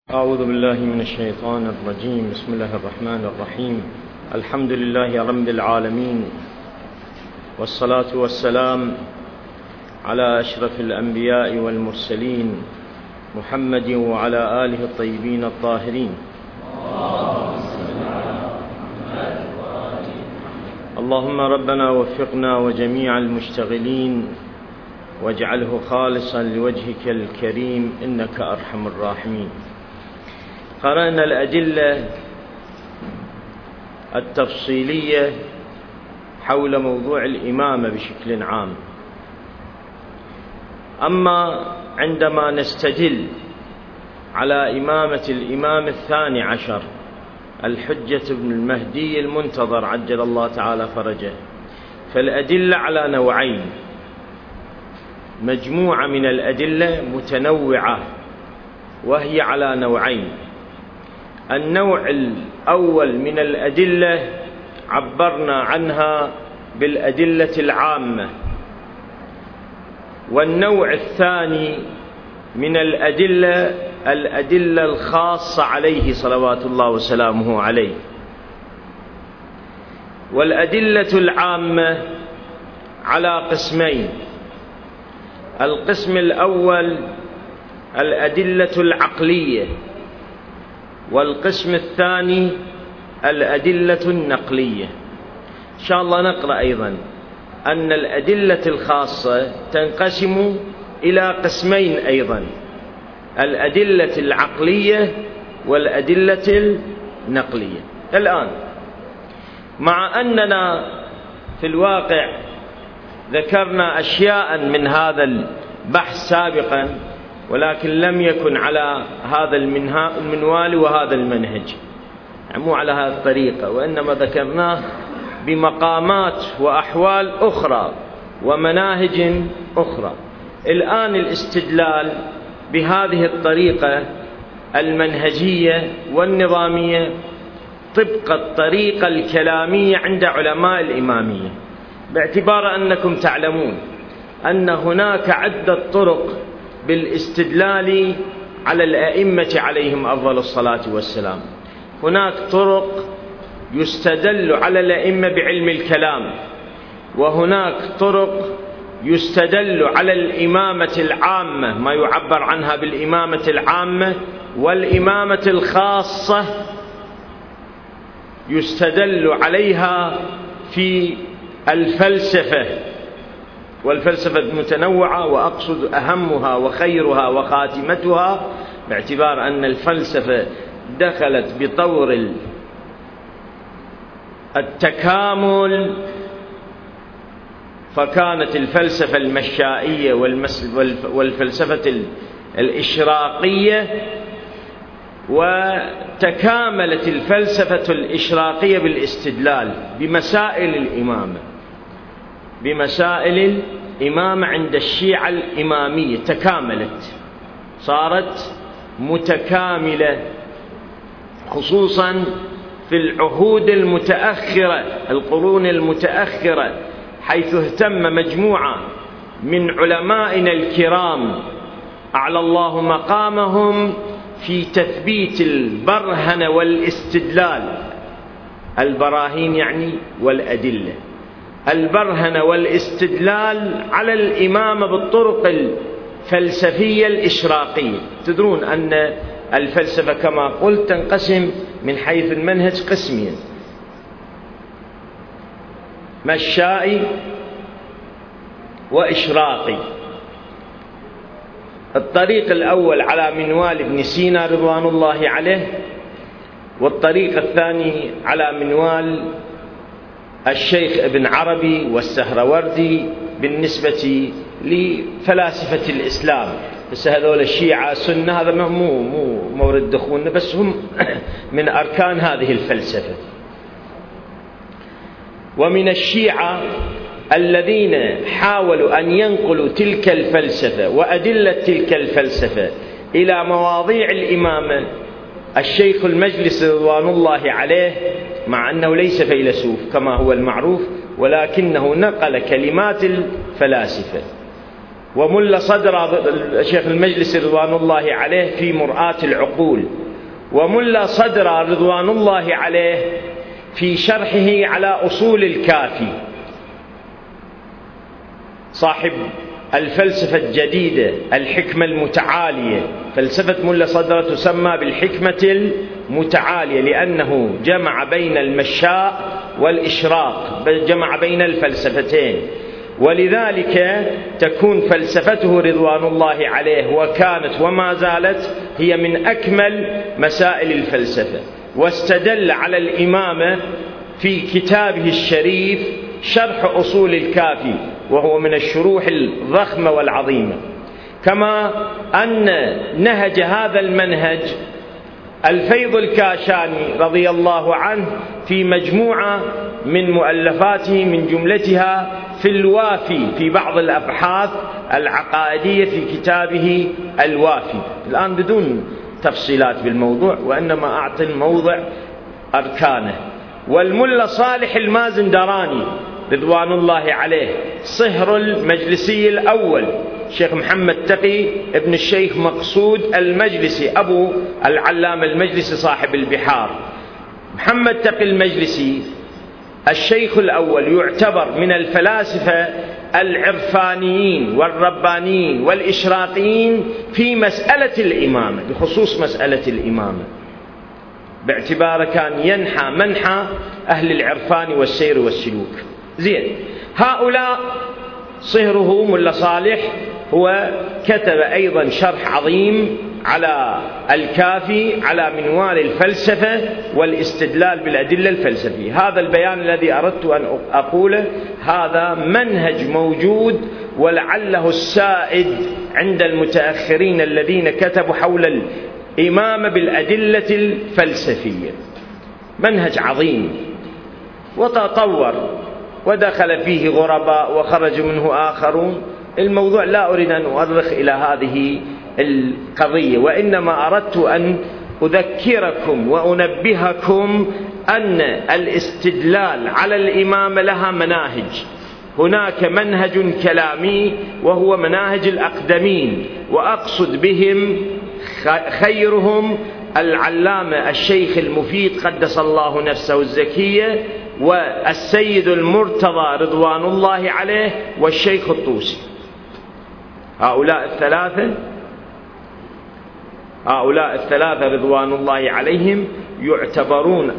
أعوذ بالله من الشيطان الرجيم. بسم الله الرحمن الرحيم. الحمد لله رب العالمين، والصلاة والسلام على أشرف الأنبياء والمرسلين محمد وعلى آله الطيبين الطاهرين. اللهم ربنا وفقنا وجميع المشتغلين واجعله خالصا لوجهك الكريم إنك أرحم الراحمين. قرأنا الأدلة التفصيلية حول موضوع الإمامة بشكل عام. أما عندما نستدل على إمامة الإمام الثاني عشر الحجة بن المهدي المنتظر عجل الله تعالى فرجه، فالأدلة على نوعين، مجموعة من الأدلة متنوعة وهي على نوعين. النوع الأول من الأدلة عبرنا عنها بالأدلة العامة، والنوع الثاني من الأدلة الخاصة عليه صلوات الله وسلامه عليه. والأدلة العامة على قسمين: القسم الأول الأدلة العقلية، والقسم الثاني الأدلة النقلية. إن شاء الله نقرأ أيضا أن الأدلة الخاصة تنقسم إلى قسمين أيضا: الأدلة العقلية والأدلة النقلية. الآن مع أننا في الواقع ذكرنا أشياء من هذا البحث سابقا، ولكن لم يكن على هذا المنوال وهذا المنهج، مو على هذه الطريقة، وإنما ذكرناه بمقامات وأحوال أخرى ومناهج أخرى. الآن الاستدلال بهذه الطريقة المنهجية والنظامية طبق الطريقة الكلامية عند علماء الإمامية، باعتبار أنكم تعلمون أن هناك عدة طرق بالاستدلال على الأئمة عليهم أفضل الصلاة والسلام. هناك طرق يستدل على الأئمة بعلم الكلام، وهناك طرق يستدل على الإمامة العامة، ما يعبر عنها بالإمامة العامة، والإمامة الخاصة يستدل عليها في الفلسفة، والفلسفة متنوعة، وأقصد أهمها وخيرها وخاتمتها، باعتبار أن الفلسفة دخلت بطور التكامل، فكانت الفلسفة المشائية والفلسفة الإشراقية، وتكاملت الفلسفة الإشراقية بالاستدلال بمسائل الإمامة عند الشيعة الإمامية، تكاملت، صارت متكاملة، خصوصا في العهود المتأخرة، القرون المتأخرة، حيث اهتم مجموعة من علمائنا الكرام أعلى الله مقامهم في تثبيت البرهنة والاستدلال، البراهين يعني والأدلة، البرهنة والاستدلال على الإمامة بالطرق الفلسفية الإشراقية. تدرون أن الفلسفة كما قلت تنقسم من حيث المنهج قسمين: مشائي وإشراقي. الطريق الأول على منوال ابن سينا رضوان الله عليه، والطريق الثاني على منوال الشيخ ابن عربي والسهروردي بالنسبة لفلاسفة الإسلام. بس هذول الشيعة سنة، هذا مو مورد دخولنا، بس هم من أركان هذه الفلسفة. ومن الشيعة الذين حاولوا أن ينقلوا تلك الفلسفة وأدلة تلك الفلسفة إلى مواضيع الإمامة الشيخ المجلس رضوان الله عليه، مع أنه ليس فيلسوف كما هو المعروف، ولكنه نقل كلمات الفلاسفة. وملا صدر الشيخ المجلسي رضوان الله عليه في مرآة العقول، وملا صدر رضوان الله عليه في شرحه على أصول الكافي، صاحب الفلسفة الجديدة الحكمة المتعالية. فلسفة ملا صدر تسمى بالحكمة المتعالية لأنه جمع بين المشاء والإشراق، جمع بين الفلسفتين، ولذلك تكون فلسفته رضوان الله عليه وكانت وما زالت هي من أكمل مسائل الفلسفة. واستدل على الإمامة في كتابه الشريف شرح أصول الكافي، وهو من الشروح الضخمة والعظيمة. كما أن نهج هذا المنهج الفيض الكاشاني رضي الله عنه في مجموعة من مؤلفاته، من جملتها في الوافي في بعض الأبحاث العقائدية في كتابه الوافي. الآن بدون تفصيلات بالموضوع، وإنما أعطي الموضع أركانه. والملا صالح المازندراني رضوان الله عليه صهر المجلسي الأول، شيخ محمد تقي ابن الشيخ مقصود المجلسي أبو العلامة المجلسي صاحب البحار. محمد تقي المجلسي الشيخ الأول يعتبر من الفلاسفة العرفانيين والربانيين والإشراقيين في مسألة الإمامة، بخصوص مسألة الإمامة، باعتباره كان ينحى منحى أهل العرفان والسير والسلوك. زين، هؤلاء صهره ملا صالح هو كتب أيضا شرح عظيم على الكافي على منوال الفلسفة والاستدلال بالأدلة الفلسفية. هذا البيان الذي أردت أن أقوله، هذا منهج موجود ولعله السائد عند المتأخرين الذين كتبوا حول الإمامة بالأدلة الفلسفية. منهج عظيم وتطور ودخل فيه غرباء وخرج منه آخرون. الموضوع لا أريد أن أؤرخ إلى هذه القضية، وإنما أردت أن أذكركم وأنبهكم أن الاستدلال على الإمامة لها مناهج. هناك منهج كلامي وهو مناهج الأقدمين، وأقصد بهم خيرهم العلامة الشيخ المفيد قدس الله نفسه الزكية، والسيد المرتضى رضوان الله عليه، والشيخ الطوسي. هؤلاء الثلاثة رضوان الله عليهم يعتبرون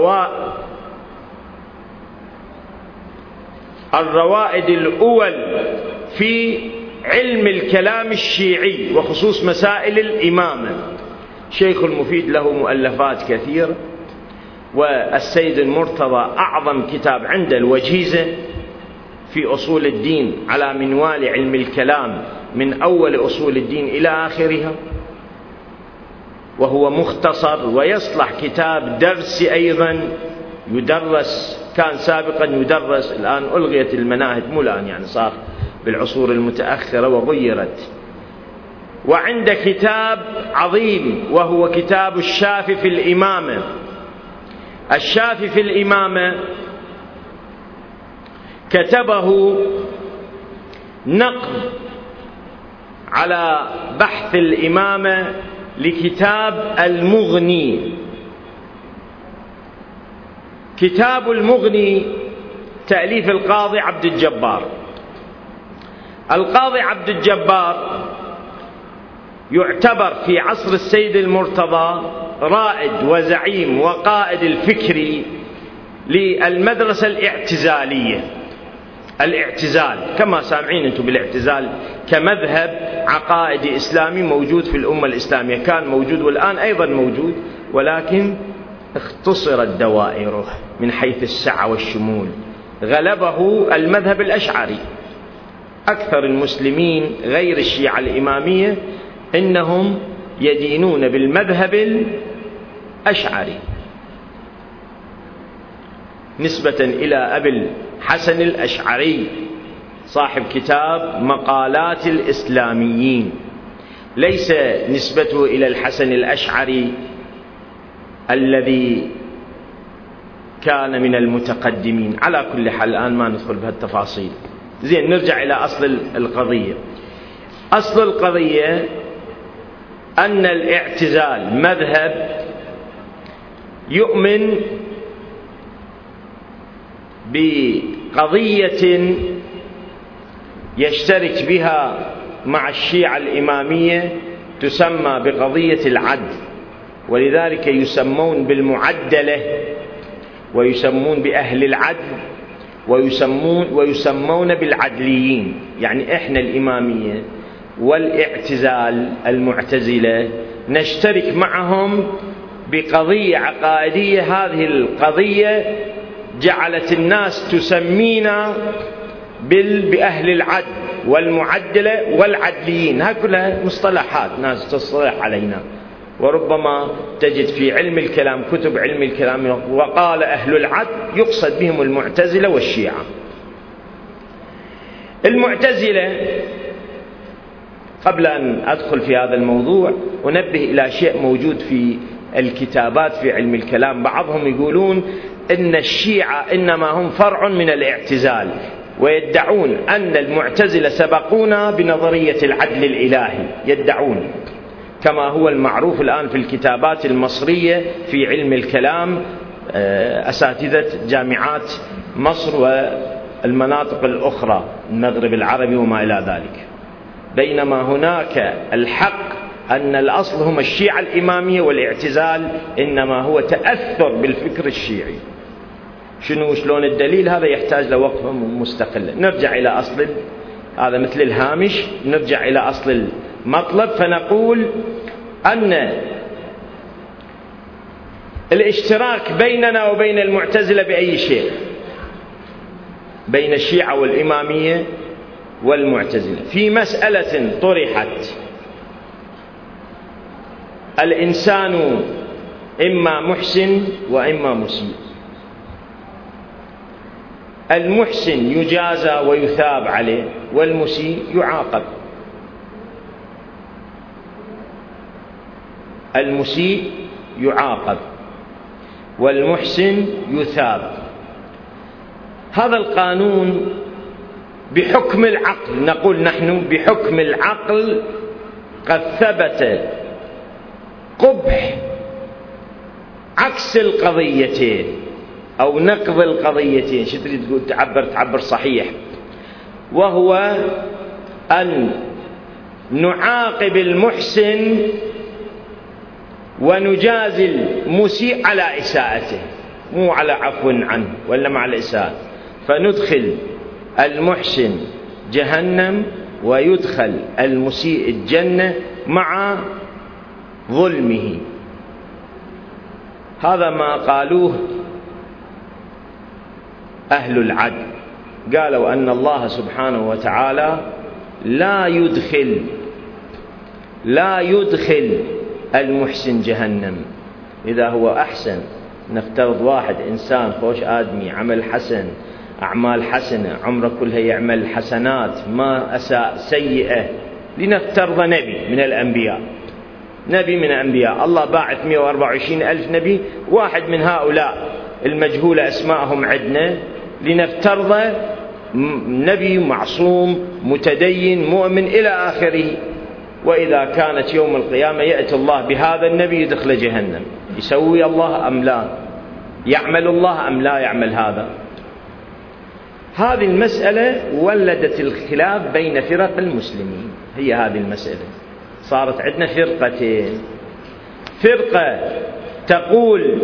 الروائد الأول في علم الكلام الشيعي وخصوص مسائل الإمامة. شيخ المفيد له مؤلفات كثيرة، والسيد المرتضى أعظم كتاب عنده الوجيزة في أصول الدين على منوال علم الكلام من أول أصول الدين إلى آخرها، وهو مختصر ويصلح كتاب درسي أيضا يدرس. كان سابقا يدرس، الآن ألغيت المناهج، مو الآن يعني صار بالعصور المتأخرة وغيرت. وعند كتاب عظيم وهو كتاب الشافي في الإمامة. الشافي في الإمامة كتبه نقد على بحث الإمامة لكتاب المغني. كتاب المغني تأليف القاضي عبد الجبار. القاضي عبد الجبار يعتبر في عصر السيد المرتضى رائد وزعيم وقائد الفكري للمدرسة الاعتزالية. الاعتزال كما سامعين أنتم بالاعتزال كمذهب عقائدي إسلامي موجود في الأمة الإسلامية، كان موجود والآن أيضا موجود، ولكن اختصرت دوائره من حيث السعة والشمول. غلبه المذهب الأشعري. أكثر المسلمين غير الشيعة الإمامية إنهم يدينون بالمذهب الأشعري نسبة إلى أبي الحسن الأشعري صاحب كتاب مقالات الإسلاميين، ليس نسبته إلى الحسن الأشعري الذي كان من المتقدمين. على كل حال الآن ما ندخل بهالتفاصيل. زين، نرجع إلى أصل القضية. أصل القضية أن الاعتزال مذهب يؤمن بقضية يشترك بها مع الشيعة الإمامية تسمى بقضية العدل، ولذلك يسمون بالمعدلة ويسمون بأهل العدل ويسمون بالعدليين. يعني إحنا الإمامية والاعتزال المعتزلة نشترك معهم بقضية عقائدية. هذه القضية جعلت الناس تسمينا بأهل العدل والمعدلة والعدليين. هذه كلها مصطلحات ناس تصطلح علينا، وربما تجد في علم الكلام كتب علم الكلام وقال أهل العدل يقصد بهم المعتزلة والشيعة. المعتزلة، قبل أن أدخل في هذا الموضوع أنبه إلى شيء موجود في الكتابات في علم الكلام. بعضهم يقولون إن الشيعة إنما هم فرع من الاعتزال، ويدعون أن المعتزلة سبقونا بنظرية العدل الإلهي، يدعون كما هو المعروف الآن في الكتابات المصرية في علم الكلام، أساتذة جامعات مصر والمناطق الأخرى، المغرب العربي وما إلى ذلك. بينما هناك الحق أن الأصل هم الشيعة الإمامية، والاعتزال إنما هو تأثر بالفكر الشيعي. شلون الدليل؟ هذا يحتاج لوقفة مستقلة. نرجع إلى أصل، هذا مثل الهامش، نرجع إلى أصل المطلب. فنقول أن الاشتراك بيننا وبين المعتزلة بأي شيء، بين الشيعة والإمامية والمعتزلة، في مسألة طرحت: الإنسان إما محسن وإما مسيء. المحسن يجازى ويثاب عليه، والمسيء يعاقب. المسيء يعاقب والمحسن يثاب. هذا القانون بحكم العقل، نقول نحن بحكم العقل قد ثبت قبح عكس القضيتين أو نقض القضيتين. شو تريد تقول؟ تعبر صحيح، وهو أن نعاقب المحسن ونجازي المسيء على إساءته، مو على عفو عنه ولا مع الإساءة. فندخل المحسن جهنم ويدخل المسيء الجنة مع ظلمه. هذا ما قالوه أهل العدل. قالوا أن الله سبحانه وتعالى لا يدخل المحسن جهنم إذا هو أحسن. نفترض واحد إنسان خوش آدمي، عمل حسن، أعمال حسنة، عمره كلها يعمل حسنات، ما أساء سيئة. لنفترض نبي من الأنبياء، نبي من الأنبياء، الله باعث 124,000 نبي، واحد من هؤلاء المجهولة أسماءهم عندنا، لنفترض نبي معصوم متدين مؤمن إلى آخره. وإذا كانت يوم القيامة يأتي الله بهذا النبي يدخل جهنم، يسوي الله أم لا؟ يعمل الله أم لا يعمل هذا؟ هذه المسألة ولدت الخلاف بين فرق المسلمين. هي هذه المسألة، صارت عندنا فرقتين. فرقة تقول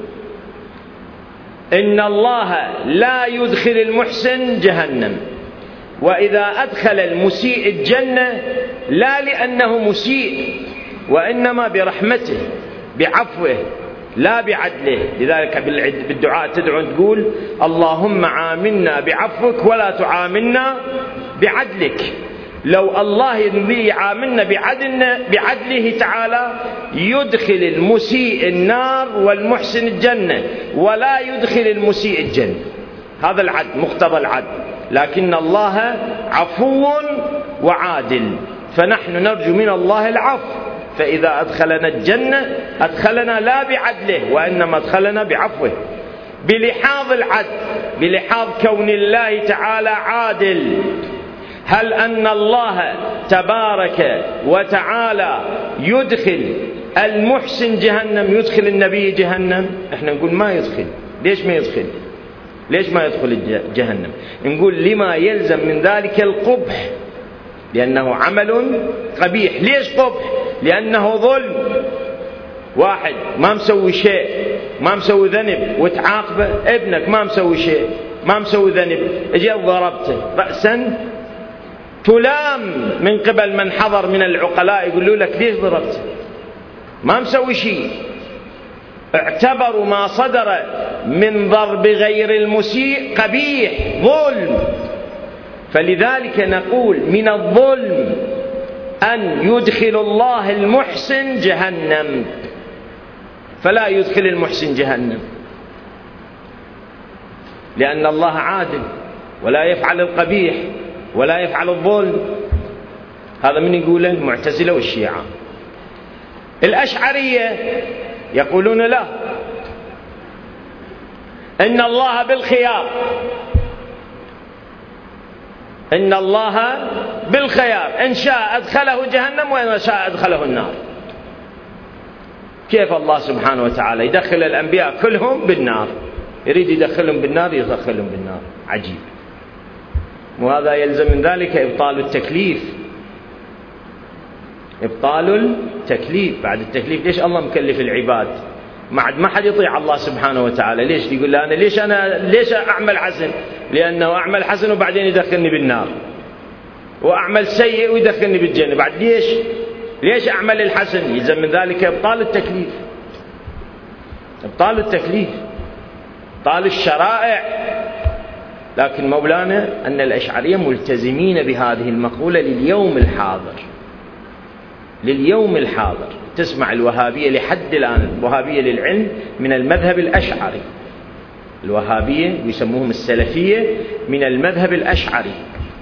إن الله لا يدخل المحسن جهنم، وإذا أدخل المسيء الجنة لا لأنه مسيء، وإنما برحمته بعفوه لا بعدله. لذلك بالدعاء تدعو تقول: اللهم عاملنا بعفوك ولا تعاملنا بعدلك. لو الله يريد يعاملنا بعدله تعالى يدخل المسيء النار والمحسن الجنة، ولا يدخل المسيء الجنة. هذا العدل، مقتضى العدل. لكن الله عفو وعادل، فنحن نرجو من الله العفو. فإذا أدخلنا الجنة أدخلنا لا بعدله، وإنما أدخلنا بعفوه، بلحاظ العدل، بلحاظ كون الله تعالى عادل. هل أن الله تبارك وتعالى يدخل المحسن جهنم، يدخل النبي جهنم؟ احنا نقول ما يدخل. ليش ما يدخل؟ ليش ما يدخل جهنم؟ نقول لما يلزم من ذلك القبح، لأنه عمل قبيح. ليش قبح؟ لأنه ظلم. واحد ما مسوي شيء، ما مسوي ذنب، وتعاقبه. ابنك ما مسوي شيء، ما مسوي ذنب، اجي ضربته رأسا، تلام من قبل من حضر من العقلاء، يقولوا لك ليش ضربته؟ ما مسوي شيء. اعتبروا ما صدر من ضرب غير المسيء قبيح، ظلم. فلذلك نقول من الظلم أن يدخل الله المحسن جهنم، فلا يدخل المحسن جهنم، لأن الله عادل ولا يفعل القبيح ولا يفعل الظلم. هذا من يقول؟ المعتزلة والشيعة. الأشعرية يقولون لا، إن الله بالخيار، إن الله بالخيار، إن شاء أدخله جهنم وإن شاء أدخله النار. كيف الله سبحانه وتعالى يدخل الأنبياء كلهم بالنار، يريد يدخلهم بالنار يدخلهم بالنار؟ عجيب. وهذا يلزم من ذلك إبطال التكليف، إبطال التكليف. بعد التكليف ليش الله مكلف العباد؟ ما حد يطيع الله سبحانه وتعالى. ليش يقول أنا ليش أعمل حسن؟ لأنه أعمل حسن وبعدين يدخلني بالنار، وأعمل سيء ويدخلني بالجنة. بعد ليش أعمل الحسن؟ يلزم من ذلك إبطال التكليف، إبطال التكليف، إبطال الشرائع. لكن مولانا أن الأشعرية ملتزمين بهذه المقولة لليوم الحاضر، لليوم الحاضر. تسمع الوهابية لحد الآن، الوهابية للعلم من المذهب الأشعري، الوهابية يسموهم السلفية من المذهب الأشعري.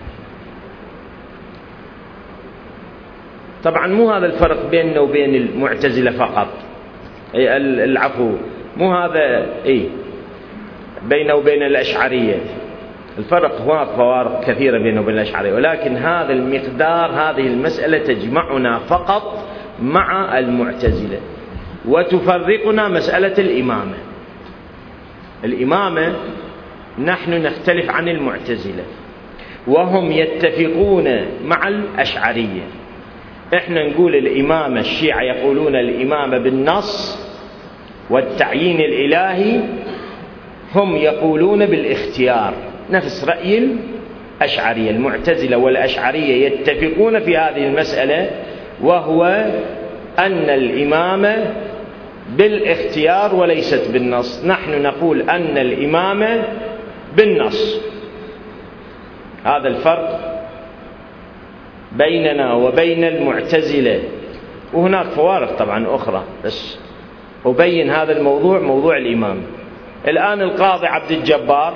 طبعا مو هذا الفرق بيننا وبين المعتزلة فقط، العفو، مو هذا بينه وبين الأشعرية. الفرق هناك فوارق كثيرة بينه وبين الأشعرية، ولكن هذا المقدار، هذه المسألة تجمعنا فقط مع المعتزلة، وتفرقنا مسألة الإمامة. الإمامة نحن نختلف عن المعتزلة، وهم يتفقون مع الأشعرية. احنا نقول الإمامة، الشيعة يقولون الإمامة بالنص والتعيين الإلهي، هم يقولون بالاختيار، نفس رأي الأشعرية. المعتزلة والأشعرية يتفقون في هذه المسألة، وهو أن الإمامة بالاختيار وليست بالنص. نحن نقول أن الإمامة بالنص. هذا الفرق بيننا وبين المعتزلة، وهناك فوارق طبعا أخرى، بس أبين هذا الموضوع، موضوع الإمام. الآن القاضي عبد الجبار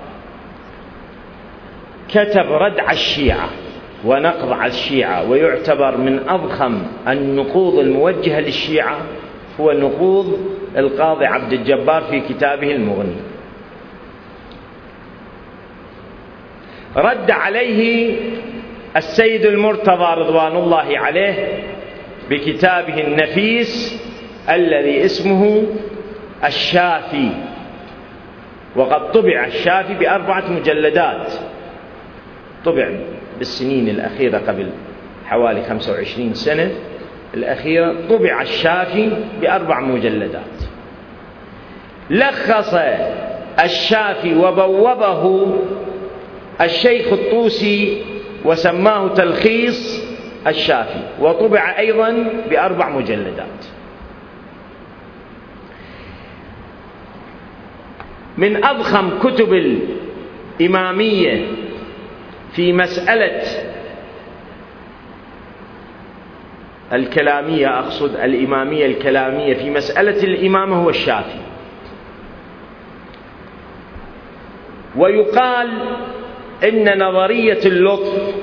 كتب رد على الشيعة ونقض على الشيعة، ويعتبر من أضخم النقوض الموجهة للشيعة هو نقوض القاضي عبد الجبار في كتابه المغني. رد عليه السيد المرتضى رضوان الله عليه بكتابه النفيس الذي اسمه الشافي، وقد طبع الشافي ب4 مجلدات، طبع بالسنين الأخيرة قبل حوالي 25 سنة الأخيرة، طبع الشافي ب4 مجلدات. لخص الشافي وبوبه الشيخ الطوسي وسماه تلخيص الشافي، وطبع أيضا ب4 مجلدات. من أضخم كتب الإمامية في مسألة الكلامية، أقصد الإمامية الكلامية في مسألة الإمامة، هو الشافي. ويقال إن نظرية اللطف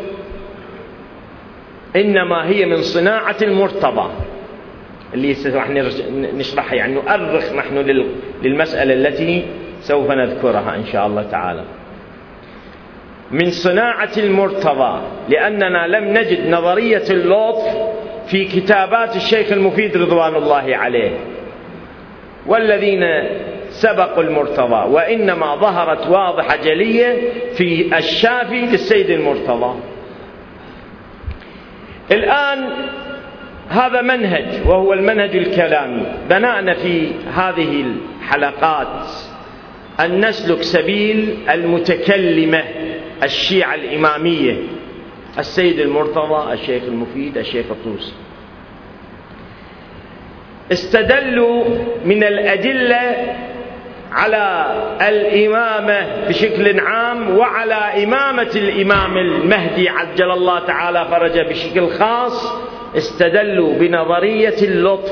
إنما هي من صناعة المرتضى، اللي راح نشرحها، يعني نؤرخ نحن للمسألة التي سوف نذكرها إن شاء الله تعالى. من صناعة المرتضى، لأننا لم نجد نظرية اللطف في كتابات الشيخ المفيد رضوان الله عليه والذين سبقوا المرتضى، وإنما ظهرت واضحة جلية في الشافي للسيد المرتضى. الآن هذا منهج، وهو المنهج الكلامي. بدأنا في هذه الحلقات أن نسلك سبيل المتكلمة الشيعة الإمامية، السيد المرتضى، الشيخ المفيد، الشيخ الطوسي. استدلوا من الأدلة على الإمامة بشكل عام وعلى إمامة الإمام المهدي عجل الله تعالى فرجه بشكل خاص. استدلوا بنظرية اللطف.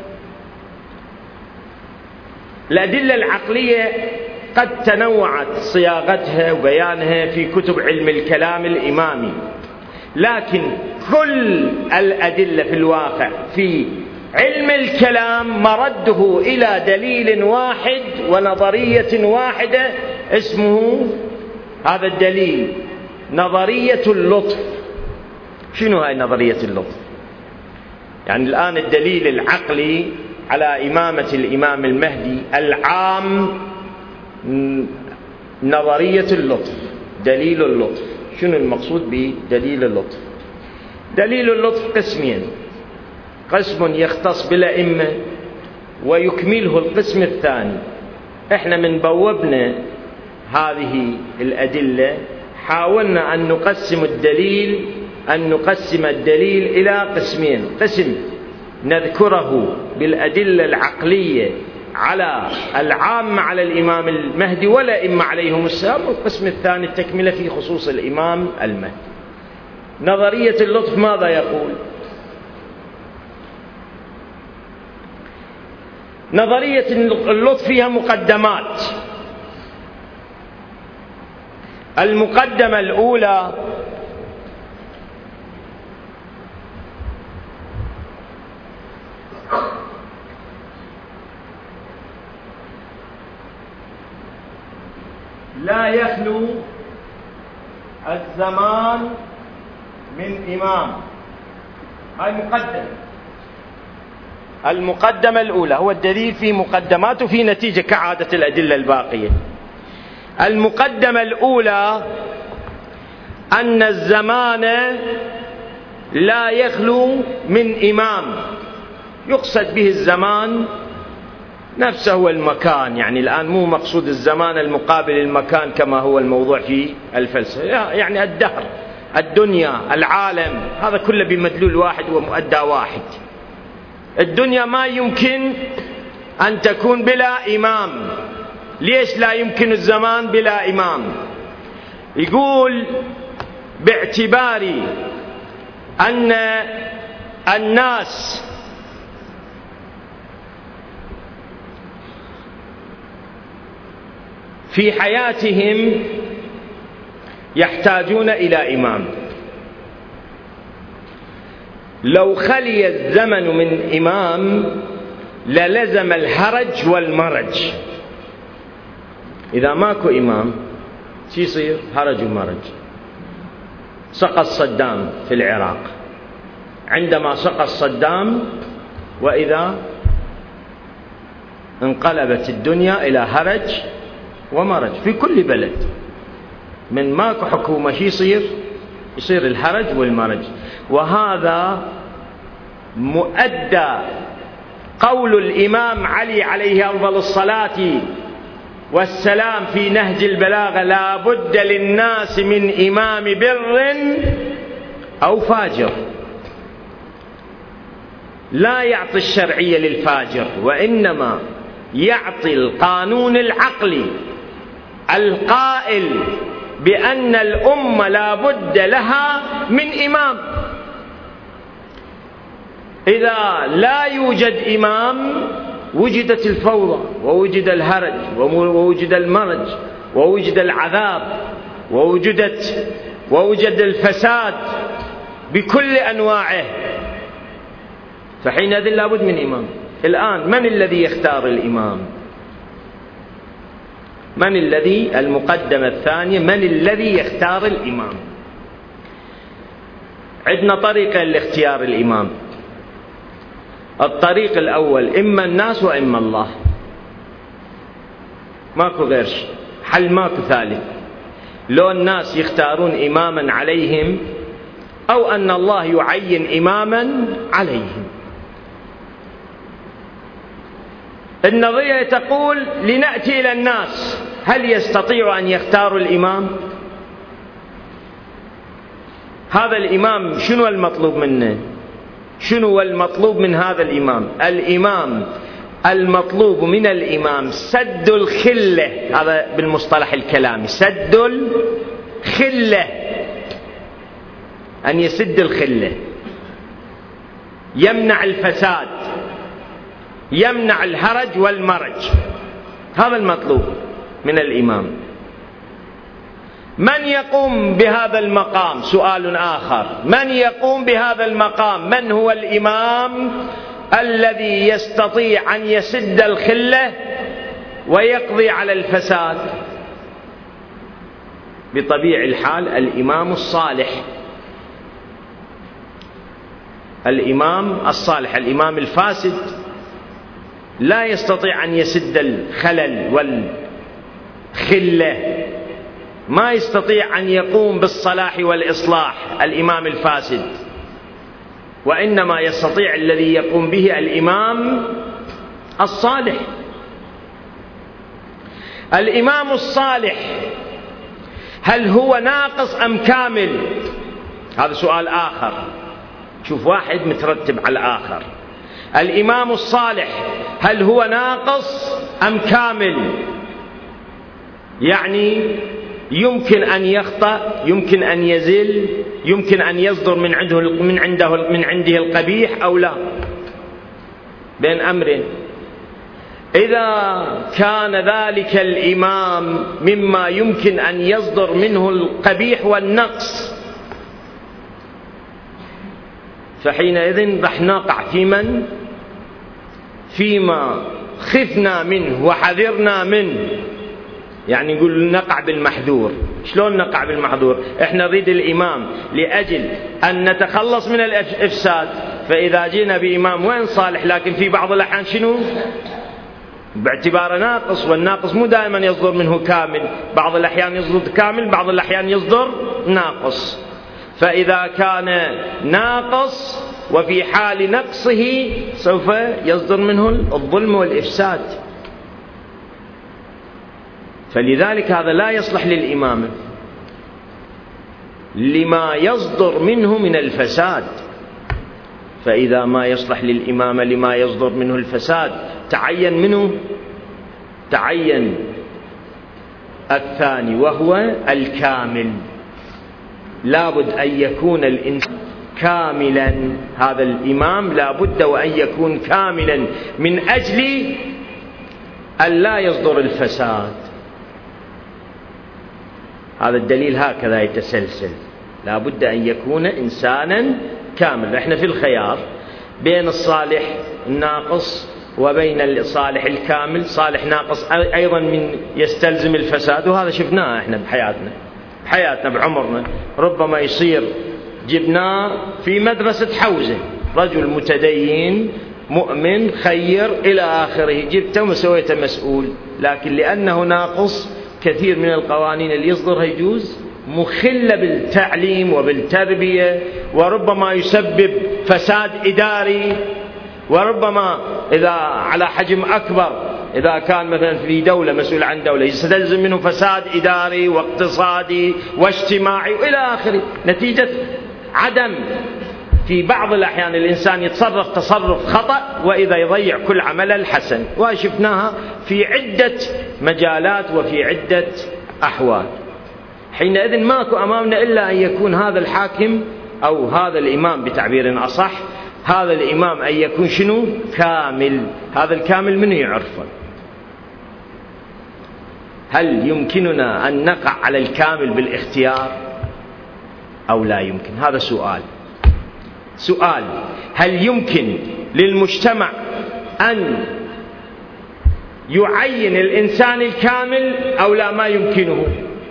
الأدلة العقلية قد تنوعت صياغتها وبيانها في كتب علم الكلام الإمامي، لكن كل الأدلة في الواقع في علم الكلام مرده إلى دليل واحد ونظرية واحدة، اسمه هذا الدليل نظرية اللطف. شنو هاي نظرية اللطف؟ يعني الآن الدليل العقلي على إمامة الإمام المهدي العام نظرية اللطف، دليل اللطف. شنو المقصود بدليل اللطف؟ دليل اللطف قسمين: قسم يختص بالأئمة ويكمله القسم الثاني. احنا من بوبنا هذه الأدلة حاولنا أن نقسم الدليل إلى قسمين: قسم نذكره بالأدلة العقلية على العامة على الإمام المهدي والأئمة عليهم السلام، والقسم الثاني التكملة في خصوص الإمام المهدي. نظرية اللطف ماذا يقول؟ نظرية اللطف فيها مقدمات. المقدمة الأولى: لا يخلو الزمان من إمام. هاي مقدمة. المقدمة الأولى هو الدليل في مقدمات وفي نتيجة كعادة الأدلة الباقية. المقدمة الأولى أن الزمان لا يخلو من إمام. يقصد به الزمان نفسه والمكان، يعني الآن مو مقصود الزمان المقابل المكان كما هو الموضوع في الفلسفة، يعني الدهر، الدنيا، العالم، هذا كله بمدلول واحد ومؤدى واحد. الدنيا ما يمكن أن تكون بلا إمام. ليش لا يمكن الزمان بلا إمام؟ يقول باعتبار أن الناس في حياتهم يحتاجون إلى إمام. لو خلي الزمن من إمام للزم الهرج والمرج. إذا ماكو إمام شو يصير؟ هرج ومرج. سقط صدام في العراق، عندما سقط صدام وإذا انقلبت الدنيا إلى هرج ومرج في كل بلد. من ماكو حكومة شو يصير؟ يصير الهرج والمرج. وهذا مؤدى قول الإمام علي عليه أفضل الصلاة والسلام في نهج البلاغة: لا بد للناس من إمام بر أو فاجر. لا يعطي الشرعية للفاجر، وإنما يعطي القانون العقلي القائل بأن الأمة لا بد لها من إمام. إذا لا يوجد إمام وجدت الفوضى ووجد الهرج ووجد المرج ووجد العذاب ووجد الفساد بكل أنواعه، فحينئذ لا بد من إمام. الآن من الذي يختار الإمام؟ من الذي المقدمة الثانية، من الذي يختار الإمام؟ عندنا طريقة لاختيار الإمام. الطريق الأول إما الناس وإما الله، ماكو غير شيء، حل ماكو ثالث. لو الناس يختارون إماما عليهم أو أن الله يعين إماما عليهم. النظرية تقول لنأتي إلى الناس، هل يستطيع أن يختاروا الإمام؟ هذا الإمام شنو المطلوب منه؟ شنو المطلوب من هذا الإمام؟ الإمام المطلوب من الإمام سد الخلة، هذا بالمصطلح الكلامي، سد الخلة، أن يسد الخلة، يمنع الفساد، يمنع الهرج والمرج، هذا المطلوب من الإمام. من يقوم بهذا المقام؟ سؤال آخر، من يقوم بهذا المقام؟ من هو الإمام الذي يستطيع أن يسد الخلة ويقضي على الفساد؟ بطبيعة الحال الإمام الصالح، الإمام الصالح. الإمام الفاسد لا يستطيع أن يسد الخلل والخلة، ما يستطيع أن يقوم بالصلاح والإصلاح الإمام الفاسد، وإنما يستطيع الذي يقوم به الإمام الصالح. الإمام الصالح هل هو ناقص أم كامل؟ هذا سؤال آخر، شوف واحد مترتب على الآخر. الإمام الصالح هل هو ناقص أم كامل؟ يعني يمكن أن يخطأ، يمكن أن يزل، يمكن أن يصدر من عنده القبيح أو لا، بين أمرين. إذا كان ذلك الإمام مما يمكن أن يصدر منه القبيح والنقص، فحينئذ رح نقع فيما خفنا منه وحذرنا منه، يعني نقول نقع بالمحذور. شلون نقع بالمحذور؟ احنا نريد الإمام لأجل أن نتخلص من الإفساد، فإذا جينا بإمام وين صالح لكن في بعض الأحيان شنو؟ باعتباره ناقص، والناقص مو دائما يصدر منه كامل، بعض الأحيان يصدر كامل، بعض الأحيان يصدر ناقص. فإذا كان ناقص وفي حال نقصه سوف يصدر منه الظلم والإفساد، فلذلك هذا لا يصلح للإمامة لما يصدر منه من الفساد. فإذا ما يصلح للإمامة لما يصدر منه الفساد، تعين منه، تعين الثاني وهو الكامل. لابد أن يكون الإنسان كاملا، هذا الإمام لابد وأن يكون كاملا من أجل أن لا يصدر الفساد. هذا الدليل هكذا يتسلسل، لابد أن يكون إنسانا كامل. احنا في الخيار بين الصالح الناقص وبين الصالح الكامل. صالح ناقص أيضا من يستلزم الفساد، وهذا شفناه احنا بحياتنا بعمرنا. ربما يصير جبناه في مدرسة حوزة، رجل متدين مؤمن خير إلى آخره، جبته وسويته مسؤول، لكن لأنه ناقص كثير من القوانين اللي يصدرها يجوز مخلة بالتعليم وبالتربية، وربما يسبب فساد إداري، وربما إذا على حجم أكبر، إذا كان مثلا في دولة مسؤول عن دولة، يستلزم منه فساد إداري واقتصادي واجتماعي وإلى آخره، نتيجة عدم في بعض الأحيان الإنسان يتصرف تصرف خطأ وإذا يضيع كل عمله الحسن. وشفناها في عدة مجالات وفي عدة أحوال. حينئذ ماكو أمامنا إلا أن يكون هذا الحاكم أو هذا الإمام بتعبير أصح، هذا الإمام أن يكون شنو؟ كامل. هذا الكامل من يعرفه؟ هل يمكننا أن نقع على الكامل بالاختيار أو لا يمكن؟ هذا سؤال. هل يمكن للمجتمع أن يعين الإنسان الكامل أو لا ما يمكنه.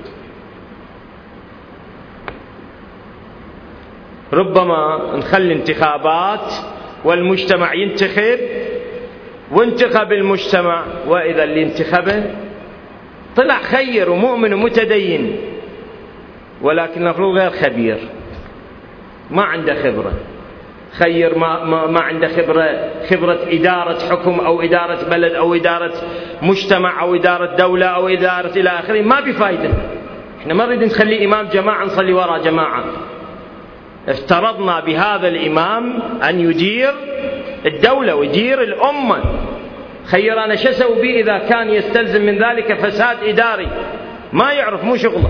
ربما نخلي انتخابات والمجتمع ينتخب وانتخب المجتمع، وإذا اللي انتخبه طلع خير ومؤمن ومتدين، ولكن المفروض غير خبير، ما عنده خبرة، خير ما عنده خبرة إدارة حكم أو إدارة بلد أو إدارة مجتمع أو إدارة دولة أو إدارة إلى آخره، ما بفايدة. احنا ما نريد نخلي إمام جماعة نصلي وراء جماعة. افترضنا بهذا الإمام أن يدير الدولة ويدير الأمة. خير أنا شو أسوي به إذا كان يستلزم من ذلك فساد إداري ما يعرف، مو شغله.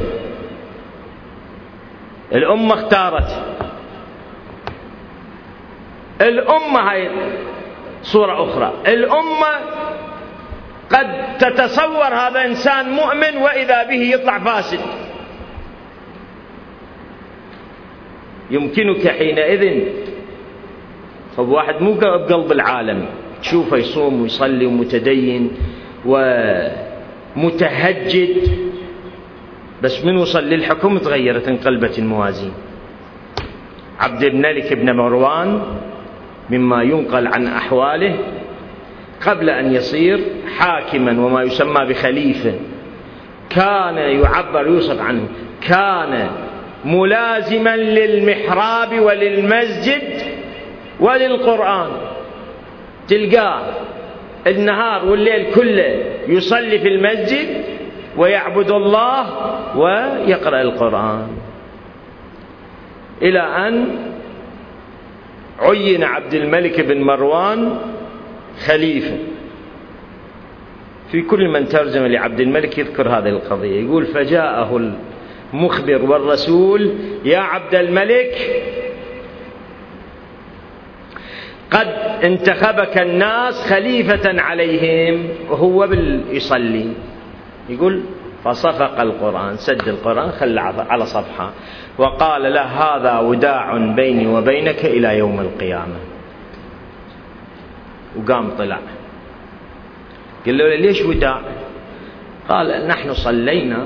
الأمة اختارت، الأمة هاي صورة أخرى. الأمة قد تتصور هذا إنسان مؤمن وإذا به يطلع فاسد. يمكنك حينئذ فواحد مو بقلب العالم تشوفه يصوم ويصلي ومتدين ومتهجد، بس من وصل للحكم تغيرت، انقلبت الموازين. عبد الملك بن مروان مما ينقل عن أحواله قبل أن يصير حاكما وما يسمى بخليفة، كان يوصف عنه كان ملازما للمحراب وللمسجد وللقرآن. تلقاه النهار والليل كله يصلي في المسجد ويعبد الله ويقرأ القرآن، إلى أن عين عبد الملك بن مروان خليفة. في كل من ترجم لعبد الملك يذكر هذه القضية، يقول: فجاءه المخبر والرسول: يا عبد الملك قد انتخبك الناس خليفة عليهم، وهو يصلي. يقول: فصفق القرآن، سد القرآن، خلى على صفحة، وقال له: هذا وداع بيني وبينك إلى يوم القيامة. وقام طلع. قال له: ليش وداع؟ قال: نحن صلينا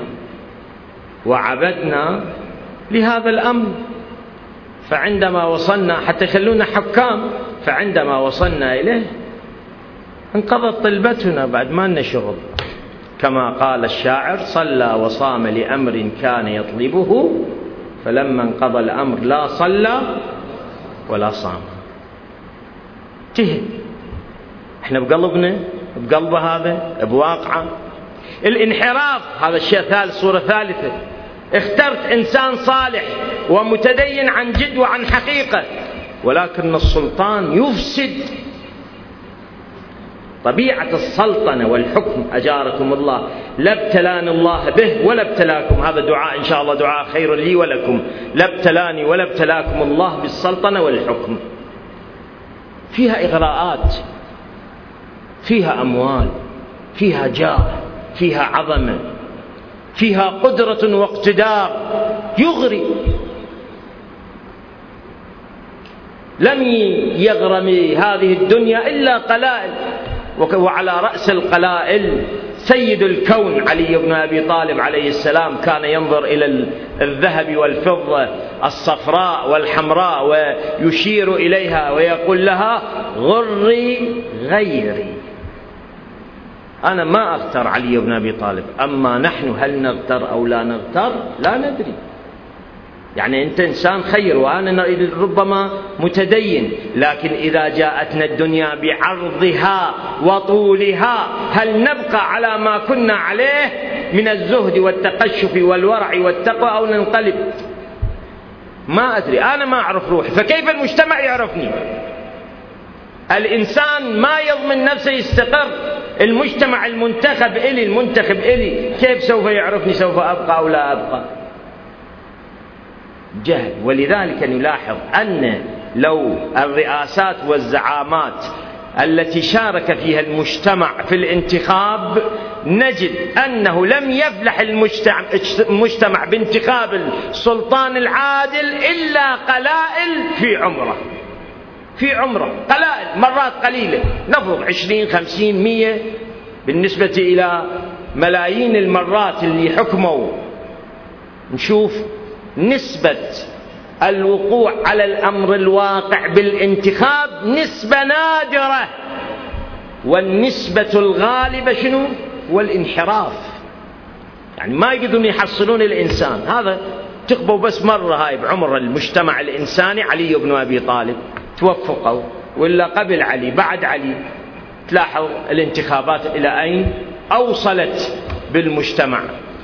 وعبدنا لهذا الأمر، فعندما وصلنا حتى خلونا حكام، فعندما وصلنا إليه انقضت طلبتنا، بعد ما لنا شغل. كما قال الشاعر: صلى وصام لأمر كان يطلبه، فلما انقضى الأمر لا صلى ولا صام. جهل. احنا بقلبنا، بقلبه هذا، بواقعه. الانحراف هذا الشيء ثالث، صورة ثالثة. اخترت إنسان صالح ومتدين عن جد وعن حقيقة، ولكن السلطان يفسد. طبيعة السلطنة والحكم أجاركم الله لا ابتلاني الله به ولا ابتلاكم. هذا دعاء إن شاء الله، دعاء خير لي ولكم. لا ابتلاني ولا ابتلاكم الله بالسلطنة والحكم. فيها إغراءات، فيها أموال، فيها جاه، فيها عظمة، فيها قدرة واقتدار يغري. لم يغرم هذه الدنيا إلا قلائل، وعلى رأس القلائل سيد الكون علي بن أبي طالب عليه السلام، كان ينظر إلى الذهب والفضة الصفراء والحمراء ويشير إليها ويقول لها: غري غيري. أنا ما أغتر علي بن أبي طالب، أما نحن هل نغتر أو لا نغتر؟ لا ندري. يعني أنت إنسان خير وأنا ربما متدين، لكن إذا جاءتنا الدنيا بعرضها وطولها هل نبقى على ما كنا عليه من الزهد والتقشف والورع والتقوى أو ننقلب؟ ما أدري، أنا ما أعرف روحي، فكيف المجتمع يعرفني؟ الإنسان ما يضمن نفسه يستقر. المجتمع المنتخب إلي، المنتخب إلي، كيف سوف يعرفني سوف أبقى أو لا أبقى؟ جهل. ولذلك نلاحظ أن لو الرئاسات والزعامات التي شارك فيها المجتمع في الانتخاب، نجد أنه لم يفلح المجتمع بانتخاب السلطان العادل إلا قلائل في عمره. في عمره قلائل، مرات قليلة، نفرض 20 50 100 بالنسبة إلى ملايين المرات اللي حكموا نشوف نسبة الوقوع على الأمر الواقع بالانتخاب نسبة نادرة، والنسبة الغالبة شنو؟ والانحراف. يعني ما يقدرون يحصلون الإنسان. هذا تقبوا بس مرة هاي بعمر المجتمع الإنساني علي بن أبي طالب توفقوا، ولا قبل علي بعد علي تلاحظ الانتخابات إلى أين أوصلت بالمجتمع.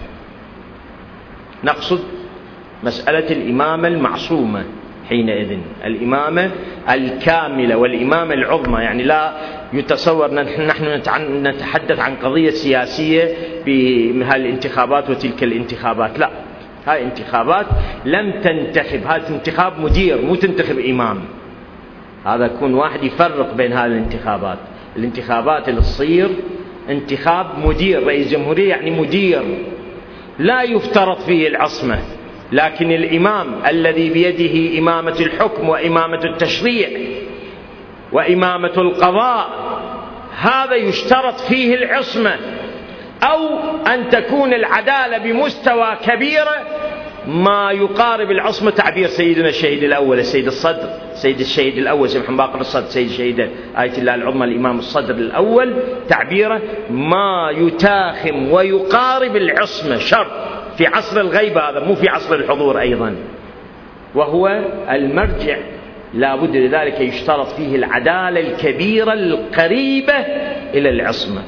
نقصد مسألة الإمامة المعصومة حينئذ، الإمامة الكاملة والإمامة العظمى. يعني لا يتصور نحن نتحدث عن قضية سياسية بهالانتخابات وتلك الانتخابات، لا، هاي انتخابات لم تنتخب، هذا انتخاب مدير مو تنتخب إمام. هذا يكون واحد يفرق بين هذه الانتخابات. الانتخابات اللي تصير انتخاب مدير، رئيس جمهورية يعني مدير لا يفترض فيه العصمة، لكن الإمام الذي بيده إمامة الحكم وإمامة التشريع وإمامة القضاء هذا يشترط فيه العصمة، أو أن تكون العدالة بمستوى كبيرة ما يقارب العصمة. تعبير سيدنا الشهيد الأول السيد الصدر، سيد الشهيد الأول سيد محمد باقر الصدر، سيد الشهيد آية الله العظمى الإمام الصدر الأول، تعبيره ما يتاخم ويقارب العصمة، شرط في عصر الغيبة، هذا مو في عصر الحضور أيضا، وهو المرجع. لا بد لذلك يشترط فيه العدالة الكبيرة القريبة إلى العصمة.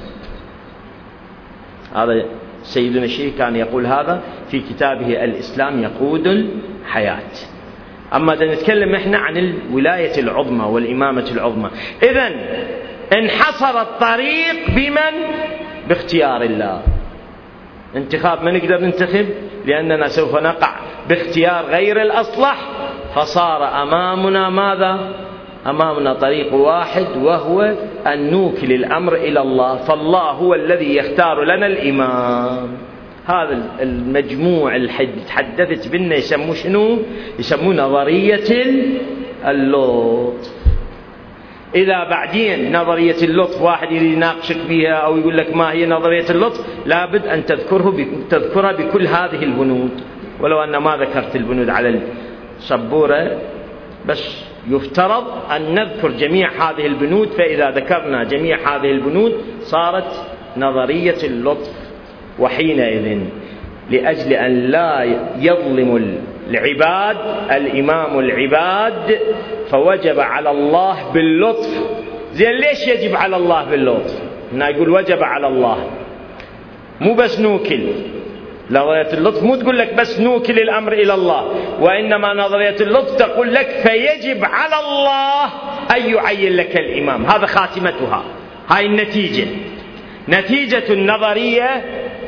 هذا سيدنا الشيخ كان يقول هذا في كتابه الإسلام يقود الحياة. أما إذا نتكلم إحنا عن الولاية العظمى والإمامة العظمى، إذن انحصر الطريق بمن؟ باختيار الله. انتخاب ما نقدر ننتخب لأننا سوف نقع باختيار غير الأصلح، فصار أمامنا ماذا؟ أمامنا طريق واحد، وهو أن نوكل الأمر إلى الله، فالله هو الذي يختار لنا الإمام. هذا المجموع اللي تحدثت بنا يسموه شنو؟ يسموه نظرية اللطف. إذا بعدين نظرية اللطف واحد يناقشك بها أو يقول لك ما هي نظرية اللطف، لابد أن تذكرها بكل هذه البنود، ولو أن ما ذكرت البنود على السبورة، بس يفترض أن نذكر جميع هذه البنود. فإذا ذكرنا جميع هذه البنود صارت نظرية اللطف. وحينئذ لأجل أن لا يظلم العباد الإمام العباد فوجب على الله باللطف. زين ليش يجب على الله باللطف؟ هنا يقول وجب على الله، مو بس نوكل. نظرية اللطف مو تقول لك بس نوكل الأمر إلى الله، وإنما نظرية اللطف تقول لك فيجب على الله أن يعين لك الإمام. هذا خاتمتها، هاي النتيجة، نتيجة النظرية.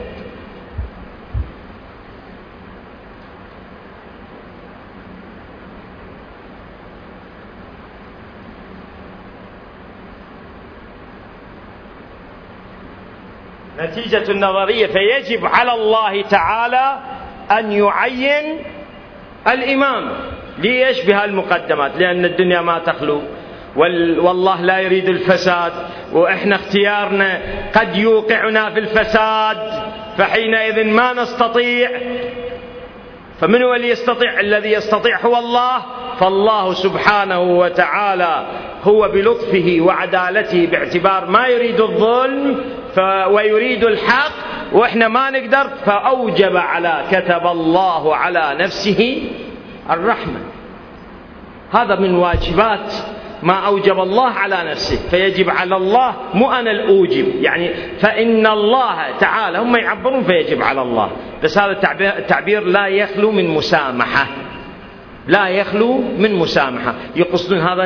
نتيجة النظرية فيجب على الله تعالى أن يعين الإمام. ليش؟ بهالمقدمات، لأن الدنيا ما تخلو، والله لا يريد الفساد، وإحنا اختيارنا قد يوقعنا في الفساد، فحينئذ ما نستطيع. فمن هو اللي يستطيع؟ الذي يستطيع هو الله. فالله سبحانه وتعالى هو بلطفه وعدالته باعتبار ما يريد الظلم ويريد الحق، وإحنا ما نقدر، فأوجب كتب الله على نفسه الرحمة. هذا من واجبات ما أوجب الله على نفسه، فيجب على الله، مو أنا الأوجب يعني، فإن الله تعالى، هم يعبرون فيجب على الله، بس هذا التعبير لا يخلو من مسامحة، لا يخلو من مسامحة. يقصدون هذا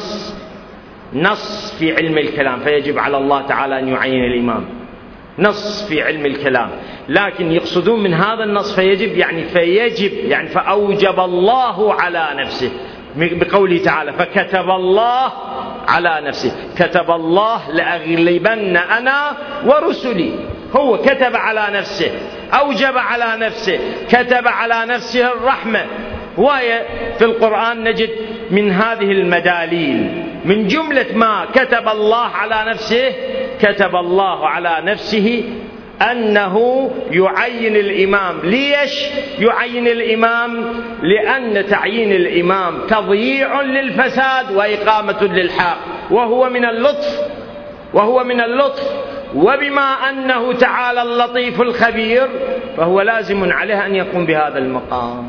نص في علم الكلام، فيجب على الله تعالى أن يعين الإمام، نص في علم الكلام، لكن يقصدون من هذا النص فيجب يعني فأوجب الله على نفسه بقوله تعالى فكتب الله على نفسه. كتب الله لأغلبن أنا ورسلي، هو كتب على نفسه، أوجب على نفسه، كتب على نفسه الرحمة. في القرآن نجد من هذه المداليل، من جملة ما كتب الله على نفسه كتب الله على نفسه أنه يعين الإمام. ليش يعين الإمام؟ لأن تعيين الإمام تضييع للفساد وإقامة للحق، وهو من اللطف. وبما أنه تعالى اللطيف الخبير فهو لازم عليه أن يقوم بهذا المقام.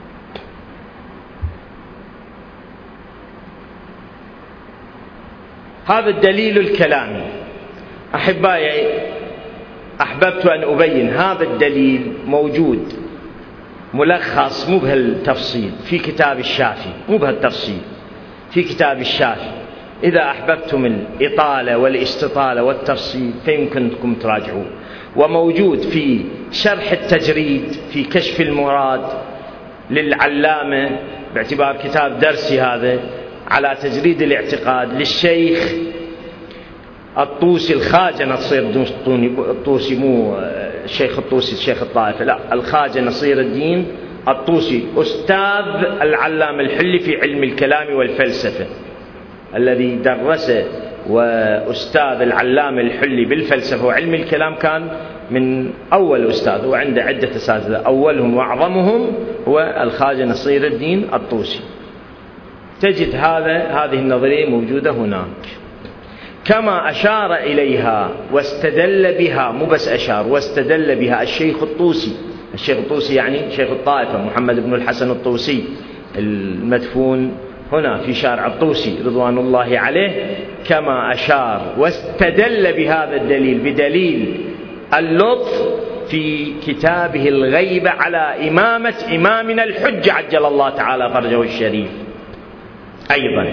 هذا الدليل الكلامي. أحبائي، أحببت أن أبين هذا الدليل موجود ملخص، مو بهالتفصيل، في كتاب الشافي، مو بهالتفصيل، في كتاب الشافي. إذا أحببتم الإطالة والاستطالة والتفصيل فيمكنكم تراجعوه. وموجود في شرح التجريد في كشف المراد للعلامة، باعتبار كتاب درسي هذا، على تجريد الاعتقاد للشيخ الطوسي، الخواجة نصير الطوسي، مو الشيخ الطوسي الشيخ الطائفة، لا، الخواجة نصير الدين الطوسي، أستاذ العلامة الحلي في علم الكلام والفلسفة، الذي درسه وأستاذ العلامة الحلي بالفلسفة وعلم الكلام كان من أول أستاذ، وعنده عدة أساتذة، أولهم وأعظمهم هو الخواجة نصير الدين الطوسي. تجد هذه النظرية موجودة هناك، كما أشار إليها واستدل بها، مو بس أشار، واستدل بها الشيخ الطوسي. الشيخ الطوسي يعني شيخ الطائفة محمد بن الحسن الطوسي المدفون هنا في شارع الطوسي رضوان الله عليه، كما أشار واستدل بهذا الدليل بدليل اللطف في كتابه الغيبة على إمامة إمامنا الحجة عجل الله تعالى فرجه الشريف. أيضا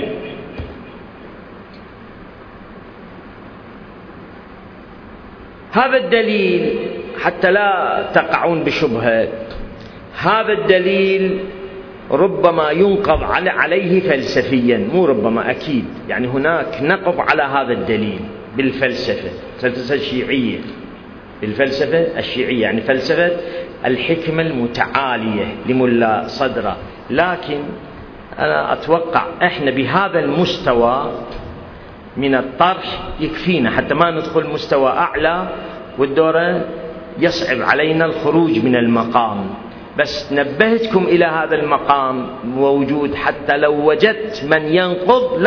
هذا الدليل، حتى لا تقعون بشبهة، هذا الدليل ربما ينقض عليه فلسفيا، مو ربما، أكيد، يعني هناك نقض على هذا الدليل بالفلسفة، الفلسفة الشيعية، بالفلسفة الشيعية، يعني فلسفة الحكمة المتعالية لملا صدرة. لكن أنا أتوقع إحنا بهذا المستوى من الطرح يكفينا حتى ما ندخل مستوى أعلى، والدورة يصعب علينا الخروج من المقام. بس نبهتكم إلى هذا المقام موجود، حتى لو وجدت من ينقض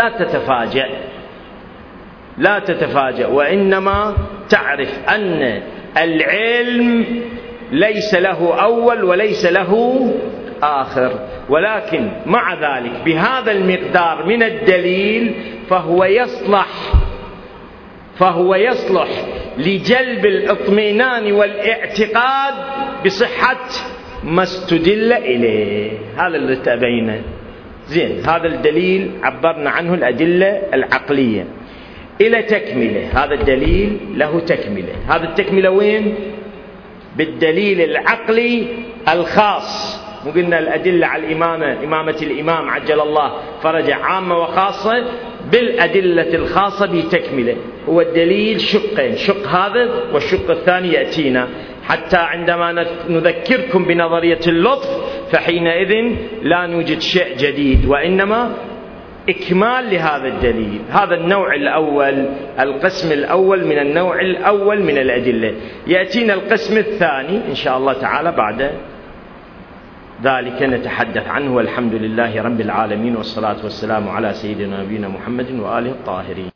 لا تتفاجأ، وإنما تعرف أن العلم ليس له أول وليس له آخر. ولكن مع ذلك بهذا المقدار من الدليل فهو يصلح لجلب الاطمئنان والاعتقاد بصحة ما استدل إليه. هذا اللي تبينه زين. هذا الدليل عبرنا عنه الأدلة العقلية إلى تكملة. هذا الدليل له تكملة. هذا التكملة وين؟ بالدليل العقلي الخاص. مو قلنا الأدلة على الإمامة، إمامة الإمام عجل الله فرجه عامة وخاصة، بالأدلة الخاصة بتكملة. هو الدليل شقين، شق هذا والشق الثاني يأتينا، حتى عندما نذكركم بنظرية اللطف فحينئذ لا نوجد شيء جديد، وإنما إكمال لهذا الدليل. هذا النوع الأول، القسم الأول من النوع الأول من الأدلة. يأتينا القسم الثاني إن شاء الله تعالى بعد ذلك نتحدث عنه. والحمد لله رب العالمين، والصلاة والسلام على سيدنا نبينا محمد وآله الطاهرين.